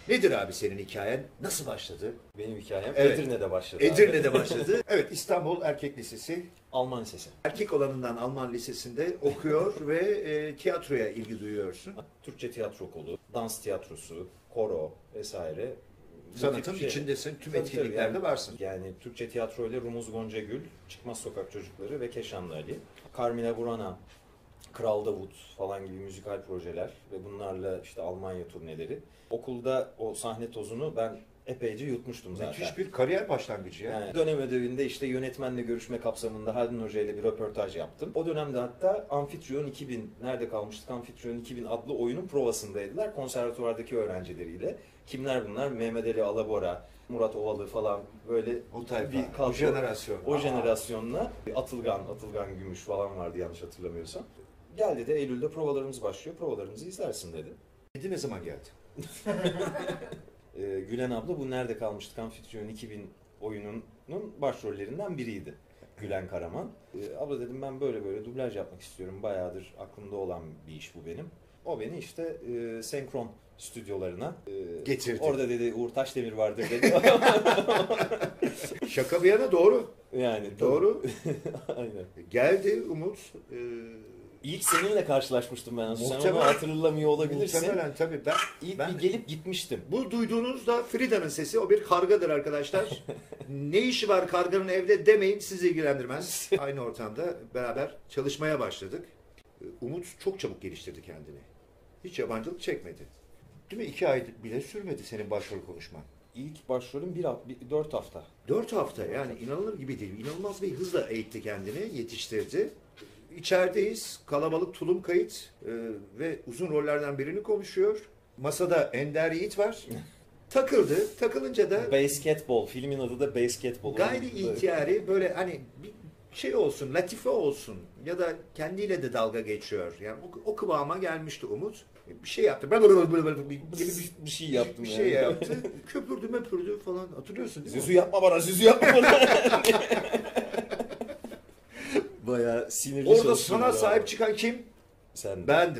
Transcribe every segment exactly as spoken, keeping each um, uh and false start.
Nedir abi senin hikayen? Nasıl başladı? Benim hikayem Evet. Edirne'de başladı. Edirne'de başladı. Evet, İstanbul Erkek Lisesi. Alman lisesi. Erkek olanından Alman Lisesi'nde okuyor ve e, tiyatroya ilgi duyuyorsun. Türkçe tiyatro okulu, dans tiyatrosu, koro vesaire. Bu Sanatın tip şey- içindesin, tüm Tabii, etkinliklerde tabii. varsın. Yani Türkçe tiyatro ile Rumuz Goncagül, Çıkmaz Sokak Çocukları ve Keşanlı Ali. Carmina Burana, Kral Davut falan gibi müzikal projeler ve bunlarla işte Almanya turneleri. Okulda o sahne tozunu ben epeyce yutmuştum zaten. Müthiş bir kariyer başlangıcı ya. Yani dönem ödevinde işte yönetmenle görüşme kapsamında Haldun Hoca ile bir röportaj yaptım. O dönemde hatta Amfitryon iki bin, nerede kalmıştık? Amfitryon iki bin adlı oyunun provasındaydılar konservatuvardaki öğrencileriyle. Kimler bunlar? Mehmet Ali Alabora, Murat Ovalı falan böyle O tayfa, bir o kadro. jenerasyon. O Aa. jenerasyonla Atılgan, Atılgan Gümüş falan vardı yanlış hatırlamıyorsam. Geldi de Eylül'de provalarımız başlıyor, provalarımızı izlersin dedi. Dedi ne zaman geldi? Ee, Gülen abla bu nerede kalmıştık Amfitryon iki bin oyununun başrollerinden biriydi. Gülen Karaman. Ee, abla dedim ben böyle böyle dublaj yapmak istiyorum. Bayağıdır aklımda olan bir iş bu benim. O beni işte e, senkron stüdyolarına e, Getirdi. Orada dedi Uğur Taşdemir vardır dedi. Şaka bir yana doğru. Yani Doğru. Aynen. Geldi Umut. E, İlk seninle karşılaşmıştım ben. Sen onu Muhtemelen- hatırlamıyor olabilirsin. muhtemelen tabii. Ben, İlk ben bir gelip gitmiştim. Bu duyduğunuz da Frida'nın sesi. O bir kargadır arkadaşlar. Ne işi var karganın evde demeyin, sizi ilgilendirmez. Aynı ortamda beraber çalışmaya başladık. Umut çok çabuk geliştirdi kendini. Hiç yabancılık çekmedi. Değil mi? İki ay bile sürmedi senin başrol konuşman. İlk başrolüm bir, bir, dört hafta. Dört hafta yani inanılır gibi değil. İnanılmaz bir hızla eğitti kendini, yetiştirdi. İçerideyiz, kalabalık tulum kayıt e, ve uzun rollerden birini konuşuyor. Masada Ender Yiğit var. Takıldı. Takılınca da Basketball. Filmin adı da Basketball. gayri ihtiyari böyle hani bir şey olsun, latife olsun ya da kendiyle de dalga geçiyor. Yani o, o kıvama gelmişti Umut. Bir şey yaptı. Ben böyle böyle böyle gibi bir, bir şey yaptım bir yani. şey yaptı. Köpürdü möpürdü falan. Hatırlıyorsun değil mi? Züzü yapma bana, züzü yapma bana. Bayağı sinirli Orada çalıştım sana ya. sahip çıkan kim? Sen de. Bendim.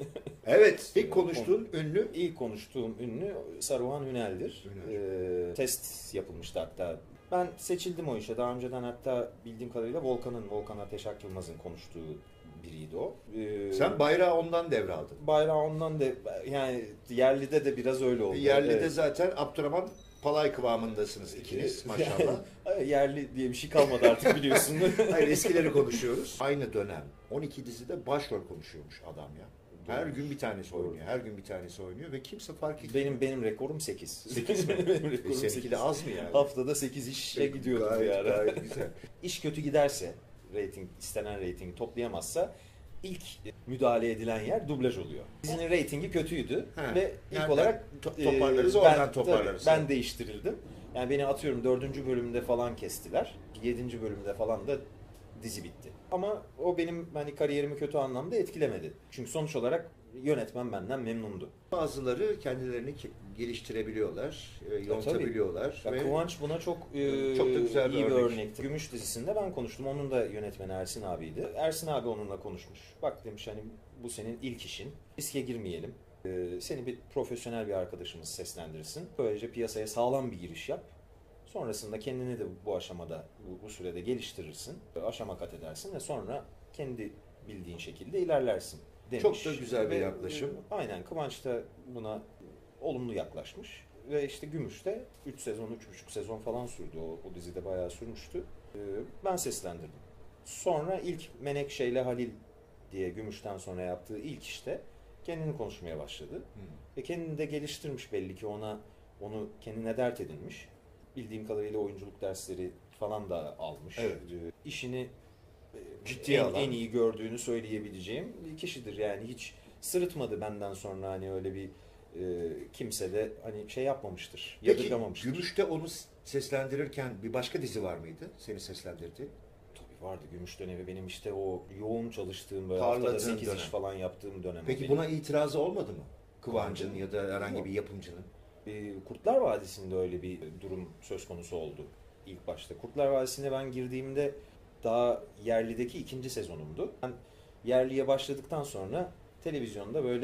Evet. İlk konuştuğun ünlü. İlk konuştuğum ünlü Saruhan Hünel'dir. Hünel. Ee, test yapılmıştı hatta. Ben seçildim o işe. Daha önceden hatta bildiğim kadarıyla Volkan'ın, Volkan Ateş Akyılmaz'ın konuştuğu biriydi o. Ee, Sen bayrağı ondan devraldın. bayrağı ondan da yani yerlide de biraz öyle oldu. Yerlide Evet. zaten Abdurrahman Palay kıvamındasınız ikiniz maşallah. Yani, yerli diye bir şey kalmadı artık biliyorsun. Hayır, eskileri konuşuyoruz. Aynı dönem on iki dizide başrol konuşuyormuş adam ya. Her gün bir tanesi oynuyor. Her gün bir tanesi oynuyor ve kimse fark etmiyor. Benim benim rekorum sekiz. sekiz mi? Benim E, rekorum seninki sekiz. de az mı yani? Haftada sekiz işe gidiyordum Gayet, bir ara. gayet güzel. İş kötü giderse, rating istenen reytingi toplayamazsa ilk müdahale edilen yer dublaj oluyor. Dizinin reytingi kötüydü He. ve ilk Nereden olarak to- toparlarız, e, oradan ben, toparlarız. tabii, ben değiştirildim. Yani beni atıyorum dördüncü bölümde falan kestiler. Yedinci bölümde falan da dizi bitti. Ama o benim hani kariyerimi kötü anlamda etkilemedi. Çünkü sonuç olarak yönetmen benden memnundu. Bazıları kendilerini ke- geliştirebiliyorlar, e, yontabiliyorlar. Ya ve Kıvanç buna çok e, Çok da güzel bir iyi bir örnek. örnekti. Gümüş dizisinde ben konuştum. Onun da yönetmeni Ersin abiydi. Ersin abi onunla konuşmuş. Bak demiş hani bu senin ilk işin. Riske girmeyelim. E, seni bir profesyonel bir arkadaşımız seslendirsin. Böylece piyasaya sağlam bir giriş yap. Sonrasında kendini de bu aşamada, bu, bu sürede geliştirirsin. Aşama kat edersin ve sonra kendi bildiğin şekilde ilerlersin demiş. Çok da güzel bir Ve, yaklaşım. e, Aynen Kıvanç da buna olumlu yaklaşmış. Ve işte Gümüş'te üç sezon, üç buçuk sezon falan sürdü. O, o dizide bayağı sürmüştü. Ee, ben seslendirdim. Sonra ilk Menekşe ile Halil diye Gümüş'ten sonra yaptığı ilk işte kendini konuşmaya başladı. Hmm. Ve kendini de geliştirmiş belli ki ona onu kendine dert edinmiş. Bildiğim kadarıyla oyunculuk dersleri falan da almış. Evet. Ee, işini e, Ciddiye en, alan. en iyi gördüğünü söyleyebileceğim bir kişidir. Yani hiç sırıtmadı benden sonra hani öyle bir e, kimse de hani şey yapmamıştır, Peki yadırgamamıştır. Gümüş'te onu seslendirirken bir başka dizi var mıydı seni seslendirdiği? Tabii vardı Gümüş dönemi benim işte o yoğun çalıştığım böyle Parladığın haftada sekiz dönem. iş falan yaptığım dönem. Peki benim. buna itirazı olmadı mı? Kıvancın Kıvancın? ya da herhangi Yok. bir yapımcının? E, Kurtlar Vadisi'nde öyle bir durum söz konusu oldu ilk başta. Kurtlar Vadisi'ne ben girdiğimde daha yerlideki ikinci sezonumdu. Ben yerliye başladıktan sonra televizyonda böyle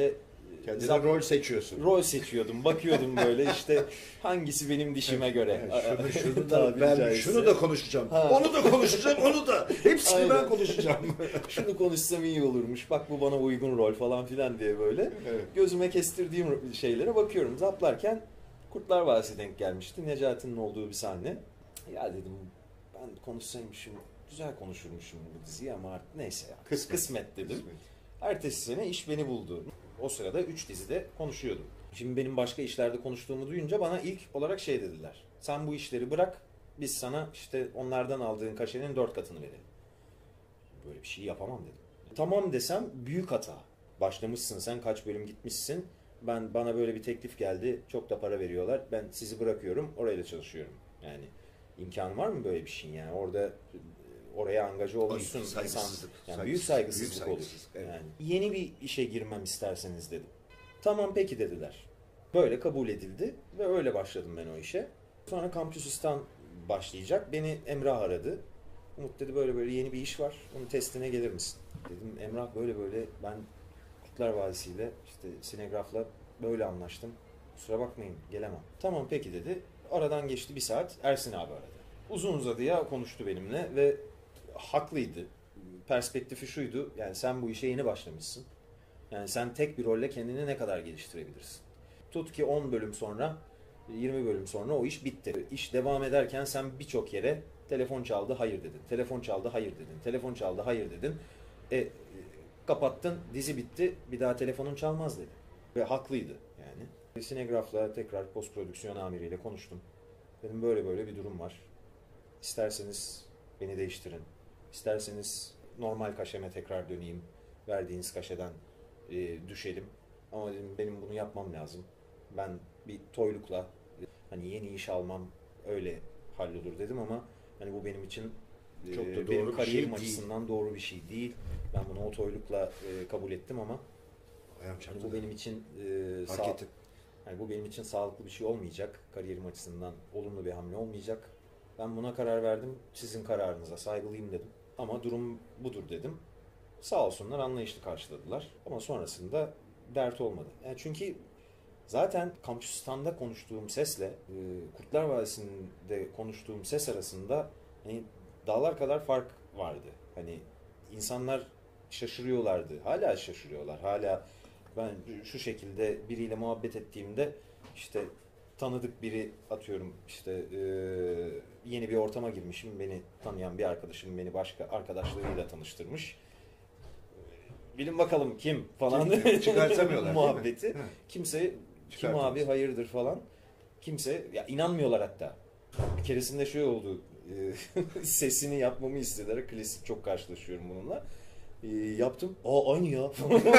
Kendine Zap- rol seçiyorsun. Rol seçiyordum. Bakıyordum böyle işte hangisi benim dişime göre. Şunu, şunu da Tabiri ben caizse. şunu da konuşacağım. Ha. Onu da konuşacağım. Onu da. Hepsini Aynen. ben konuşacağım. Şunu konuşsam iyi olurmuş. Bak bu bana uygun rol falan filan diye böyle. Evet. Gözüme kestirdiğim şeylere bakıyorum. Zaplarken Kurtlar Vadisi denk gelmişti. Necati'nin olduğu bir sahne. Ya dedim ben konuşsaymışım, güzel konuşurmuşum bu diziyi ama artık neyse ya. Kısmet. Kısmet dedim. Ertesi sene iş beni buldu. O sırada üç dizide konuşuyordum. Şimdi benim başka işlerde konuştuğumu duyunca bana ilk olarak şey dediler. Sen bu işleri bırak, biz sana işte onlardan aldığın kaşenin dört katını verelim. Böyle bir şey yapamam dedim. Tamam desem büyük hata. Başlamışsın sen, kaç bölüm gitmişsin. Ben bana böyle bir teklif geldi. Çok da para veriyorlar. Ben sizi bırakıyorum, orayla çalışıyorum. Yani imkanı var mı böyle bir şeyin yani? Orada oraya angaja olmuşsun. Saygısızlık. Yani Saygısızlık. büyük saygısızlık, Büyük olur. saygısızlık, evet. Yani yeni bir işe girmem isterseniz dedim. Tamam peki dediler. Böyle kabul edildi ve öyle başladım ben o işe. Sonra Kampüsistan başlayacak. Beni Emrah aradı. Umut dedi böyle böyle yeni bir iş var. Onun testine gelir misin? Dedim Emrah böyle böyle ben Kurtlar Vadisi ile işte Sinegraf'la böyle anlaştım. Kusura bakmayın gelemem. Tamam peki dedi. Aradan geçti bir saat. Ersin abi aradı. Uzun uzadıya konuştu benimle ve haklıydı. Perspektifi şuydu. Yani sen bu işe yeni başlamışsın. Yani sen tek bir rolle kendini ne kadar geliştirebilirsin? Tut ki on bölüm sonra, yirmi bölüm sonra o iş bitti. İş devam ederken sen birçok yere telefon çaldı, hayır dedin. Telefon çaldı, hayır dedin. Telefon çaldı, hayır dedin. E, kapattın, dizi bitti, bir daha telefonun çalmaz dedi. Ve haklıydı yani. Sinegraf'la tekrar post prodüksiyon amiriyle konuştum. Dedim böyle böyle bir durum var. İsterseniz beni değiştirin. İsterseniz normal kaşeme tekrar döneyim. Verdiğiniz kaşeden e, düşelim. Ama dedim benim bunu yapmam lazım. Ben bir toylukla e, hani yeni iş almam öyle hallolur dedim ama hani bu benim için e, Çok da doğru benim bir kariyerim şey değil. açısından doğru bir şey değil. Ben bunu o toylukla e, kabul ettim ama Ayağım hani çarptı. bu benim için e, Fark sağ, ettim. yani bu benim için sağlıklı bir şey olmayacak. Kariyerim açısından olumlu bir hamle olmayacak. Ben buna karar verdim. Sizin kararınıza saygılıyım dedim. Ama durum budur dedim. Sağ olsunlar anlayışlı karşıladılar. Ama sonrasında dert olmadı. Yani çünkü zaten Kampüsistan'da konuştuğum sesle e, Kurtlar Vadisi'nde konuştuğum ses arasında hani dağlar kadar fark vardı. Hani insanlar şaşırıyorlardı. Hala şaşırıyorlar. Hala ben şu şekilde biriyle muhabbet ettiğimde işte tanıdık biri atıyorum işte e, yeni bir ortama girmişim. Beni tanıyan bir arkadaşım beni başka arkadaşlarıyla tanıştırmış. Bilin bakalım kim falan Çıkartamıyorlar muhabbeti. değil mi? Kimse kim Çıkartamaz. abi hayırdır falan. Kimse ya inanmıyorlar hatta. Bir keresinde şey oldu. e, sesini yapmamı istediler. Klasik çok karşılaşıyorum bununla. E, yaptım. Aa aynı ya.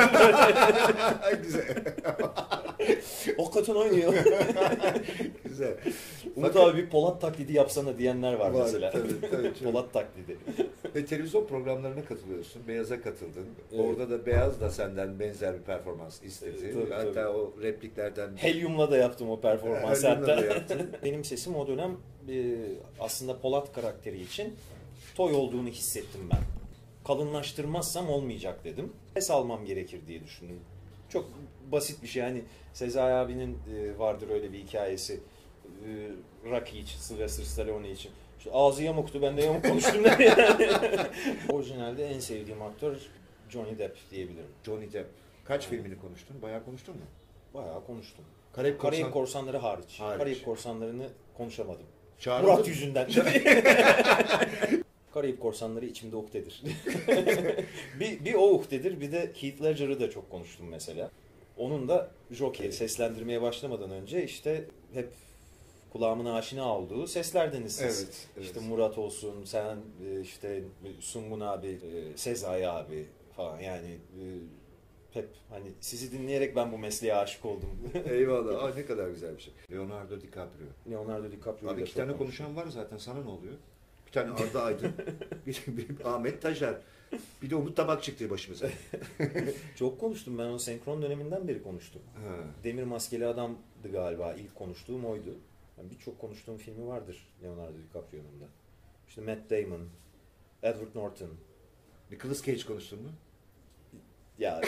Güzel. Hakikaten aynı ya. Güzel. Umut Fakat- abi bir Polat taklidi yapsana diyenler var, Var, mesela. tabii, tabii, çok. Polat taklidi. Ve televizyon programlarına katılıyorsun. Beyaz'a katıldın. Evet. Orada da Beyaz da senden benzer bir performans istedi. Evet, tabii, Hatta tabii. o repliklerden Helyum'la da yaptım o performansı Helyum'la hatta. da yaptın. Benim sesim o dönem e, aslında Polat karakteri için toy olduğunu hissettim ben. Kalınlaştırmazsam olmayacak dedim. Ses almam gerekir diye düşündüm. Çok basit bir şey. Hani Sezai abinin e, vardır öyle bir hikayesi. E, Rocky için, Sylvester Stallone için. İşte ağzı yamuktu, ben de yamuk konuştum der yani. Orijinalde en sevdiğim aktör Johnny Depp diyebilirim. Johnny Depp. Kaç filmini konuştun? Bayağı konuştun mu? Bayağı konuştum. Karayip Karayip Korsan- Korsanları hariç. Hariç. Karayip Korsanlarını konuşamadım. Çağrıldın Murat mı? yüzünden. Karayip Korsanları içimde ukdedir. bir, bir o ukdedir, bir de Heath Ledger'ı da çok konuştum mesela. Onun da Joker seslendirmeye başlamadan önce işte hep kulağımın aşina olduğu seslerdeniz siz. Evet, evet. İşte Murat olsun, sen e, işte Sungun abi, e, Sezai abi falan yani e, hep hani sizi dinleyerek ben bu mesleğe aşık oldum. Eyvallah. Aa, ne kadar güzel bir şey. Leonardo DiCaprio. Leonardo DiCaprio Abi ile iki çok tane konuştum. konuşan var zaten. Sana ne oluyor? Bir tane Arda Aydın, bir, bir Ahmet Taşer, bir de Umut Tabak çıktı başımıza. Çok konuştum, ben o senkron döneminden beri konuştum. Ha. Demir Maskeli Adam'dı galiba, ilk konuştuğum oydu. Yani birçok konuştuğum filmi vardır Leonardo DiCaprio'nun da. İşte Matt Damon, Edward Norton. Nicolas Cage konuştun mu? Ya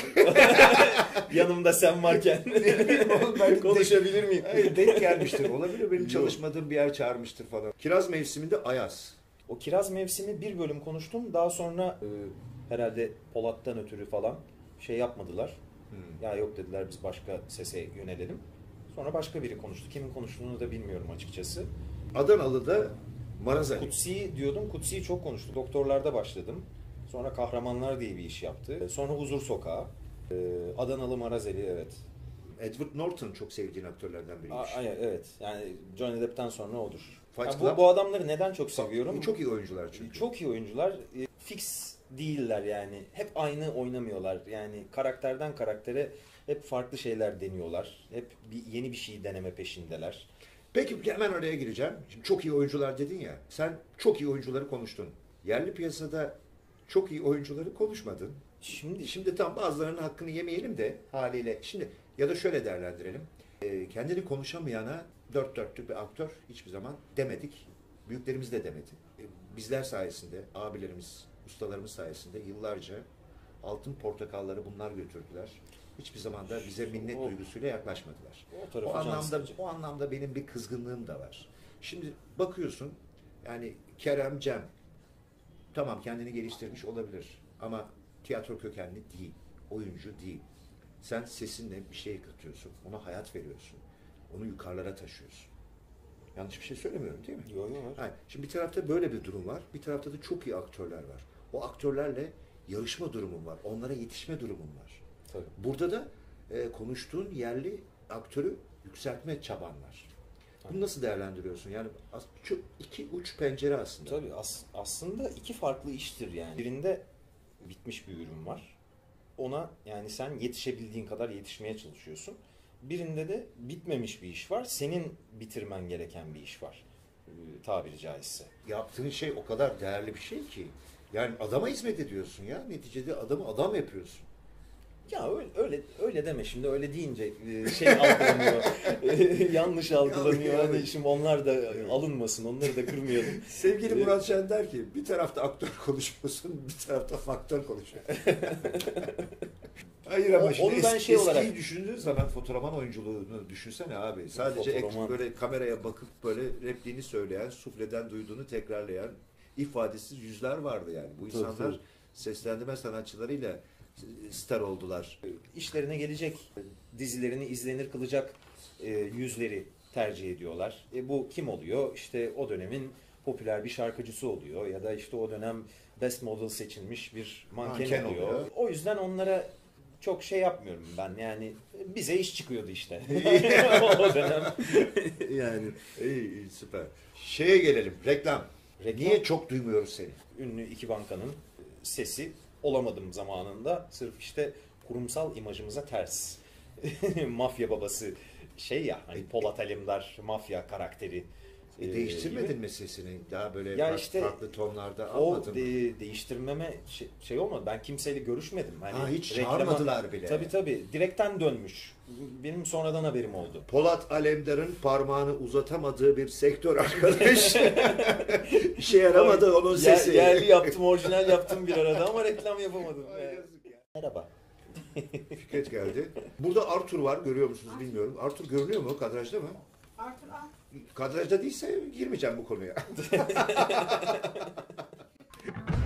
yanımda sen varken Oğlum ben konuşabilir miyim? Hayır, denk gelmiştir. Olabilir, benim Yok. çalışmadığım bir yer çağırmıştır falan. Kiraz mevsiminde Ayaz. O kiraz mevsimi bir bölüm konuştum. Daha sonra e, herhalde Polat'tan ötürü falan şey yapmadılar. Hmm. Ya yok dediler, biz başka sese yönelelim. Sonra başka biri konuştu. Kimin konuştuğunu da bilmiyorum açıkçası. Adanalı'da Maraz Ali. Kutsi diyordum. Kutsi'yi çok konuştuk. Doktorlarda başladım. Sonra Kahramanlar diye bir iş yaptı. Sonra Huzur Sokağı. E, Adanalı Marazeli, evet. Edward Norton çok sevdiğin aktörlerden A- biriymiş. ay- evet. Yani Johnny Depp'ten sonra odur. Fight Ya Club. bu, bu adamları neden çok seviyorum? Çok iyi oyuncular çünkü. Çok iyi oyuncular. E, Fix değiller yani. Hep aynı oynamıyorlar. Yani karakterden karaktere hep farklı şeyler deniyorlar. Hep bir, yeni bir şey deneme peşindeler. Peki hemen oraya gireceğim. Şimdi çok iyi oyuncular dedin ya. Sen çok iyi oyuncuları konuştun. Yerli piyasada çok iyi oyuncuları konuşmadın. Şimdi Şimdi tam bazılarının hakkını yemeyelim de haliyle. Şimdi ya da şöyle değerlendirelim. Ee, kendini konuşamayana dört dörtlük bir aktör hiçbir zaman demedik. Büyüklerimiz de demedi. Ee, bizler sayesinde, abilerimiz, ustalarımız sayesinde yıllarca altın portakalları bunlar götürdüler. Hiçbir zaman da bize minnet O- duygusuyla yaklaşmadılar. o tarafı O can anlamda, sıkıcı. o anlamda benim bir kızgınlığım da var. Şimdi bakıyorsun, yani Kerem Cem, tamam kendini geliştirmiş olabilir ama tiyatro kökenli değil, oyuncu değil. Sen sesinle bir şey katıyorsun, ona hayat veriyorsun, onu yukarılara taşıyorsun. Yanlış bir şey söylemiyorum değil mi? Yok yok. Hayır. Şimdi bir tarafta böyle bir durum var, bir tarafta da çok iyi aktörler var. O aktörlerle yarışma durumum var, onlara yetişme durumum var. Tabii. Burada da e, konuştuğun yerli aktörü yükseltme çaban var. Bunu nasıl değerlendiriyorsun? Yani as- şu iki uç pencere aslında. Tabii as- aslında iki farklı iştir yani. Birinde bitmiş bir ürün var. Ona yani sen yetişebildiğin kadar yetişmeye çalışıyorsun. Birinde de bitmemiş bir iş var. Senin bitirmen gereken bir iş var. Ee, tabiri caizse. Yaptığın şey o kadar değerli bir şey ki. Yani adama hizmet ediyorsun ya. Neticede adamı adam yapıyorsun. Ya öyle öyle, öyle deme şimdi, öyle deyince e, şey algılanıyor. e, yanlış algılanıyor. Ya, Hani evet. şimdi onlar da alınmasın. Onları da kırmayalım. Sevgili Evet. Murat Şen der ki bir tarafta aktör konuşuyorsun, bir tarafta faktör konuşuyor. Hayır ama O- şimdi onu ben es- şey eskiyi olarak- düşündüğün zaman fotoğraman oyunculuğunu düşünsene abi. Sadece ek- Fotoğraman. böyle kameraya bakıp böyle repliğini söyleyen, sufleden duyduğunu tekrarlayan ifadesiz yüzler vardı yani. Bu Tabii, insanlar tabii. seslendirme sanatçılarıyla star oldular. İşlerine gelecek, dizilerini izlenir kılacak e, yüzleri tercih ediyorlar. E, bu kim oluyor? İşte o dönemin popüler bir şarkıcısı oluyor ya da işte o dönem best model seçilmiş bir manken, Manken oluyor. oluyor. O yüzden onlara çok şey yapmıyorum ben. Yani bize iş çıkıyordu işte. O dönem. Yani iyi, iyi, süper. Şeye gelelim, reklam. Reklam. Niye çok duymuyoruz seni? Ünlü iki bankanın sesi olamadım zamanında. Sırf işte kurumsal imajımıza ters. Mafya babası şey ya, hani Polat Alemdar mafya karakteri. E, e, değiştirmedin gibi. mi sesini? Daha böyle Ya farklı, işte farklı tonlarda O almadın mı? de- değiştirmeme şey, şey olmadı. Ben kimseyle görüşmedim. Hani Ha, hiç reklama- çağırmadılar bile. Tabii tabii. Direkten dönmüş. Benim sonradan haberim oldu. Polat Alemdar'ın parmağını uzatamadığı bir sektör arkadaş. İşe yaramadı onun Yer- sesi. yerli yaptım, orijinal yaptım bir arada ama reklam yapamadım. Ay, Yani. yazık ya. Merhaba. Fikret geldi. Burada Arthur var, görüyor musunuz bilmiyorum. Arthur görünüyor mu? Kadrajda mı? Arthur al. Kadrajda değilse girmeyeceğim bu konuya.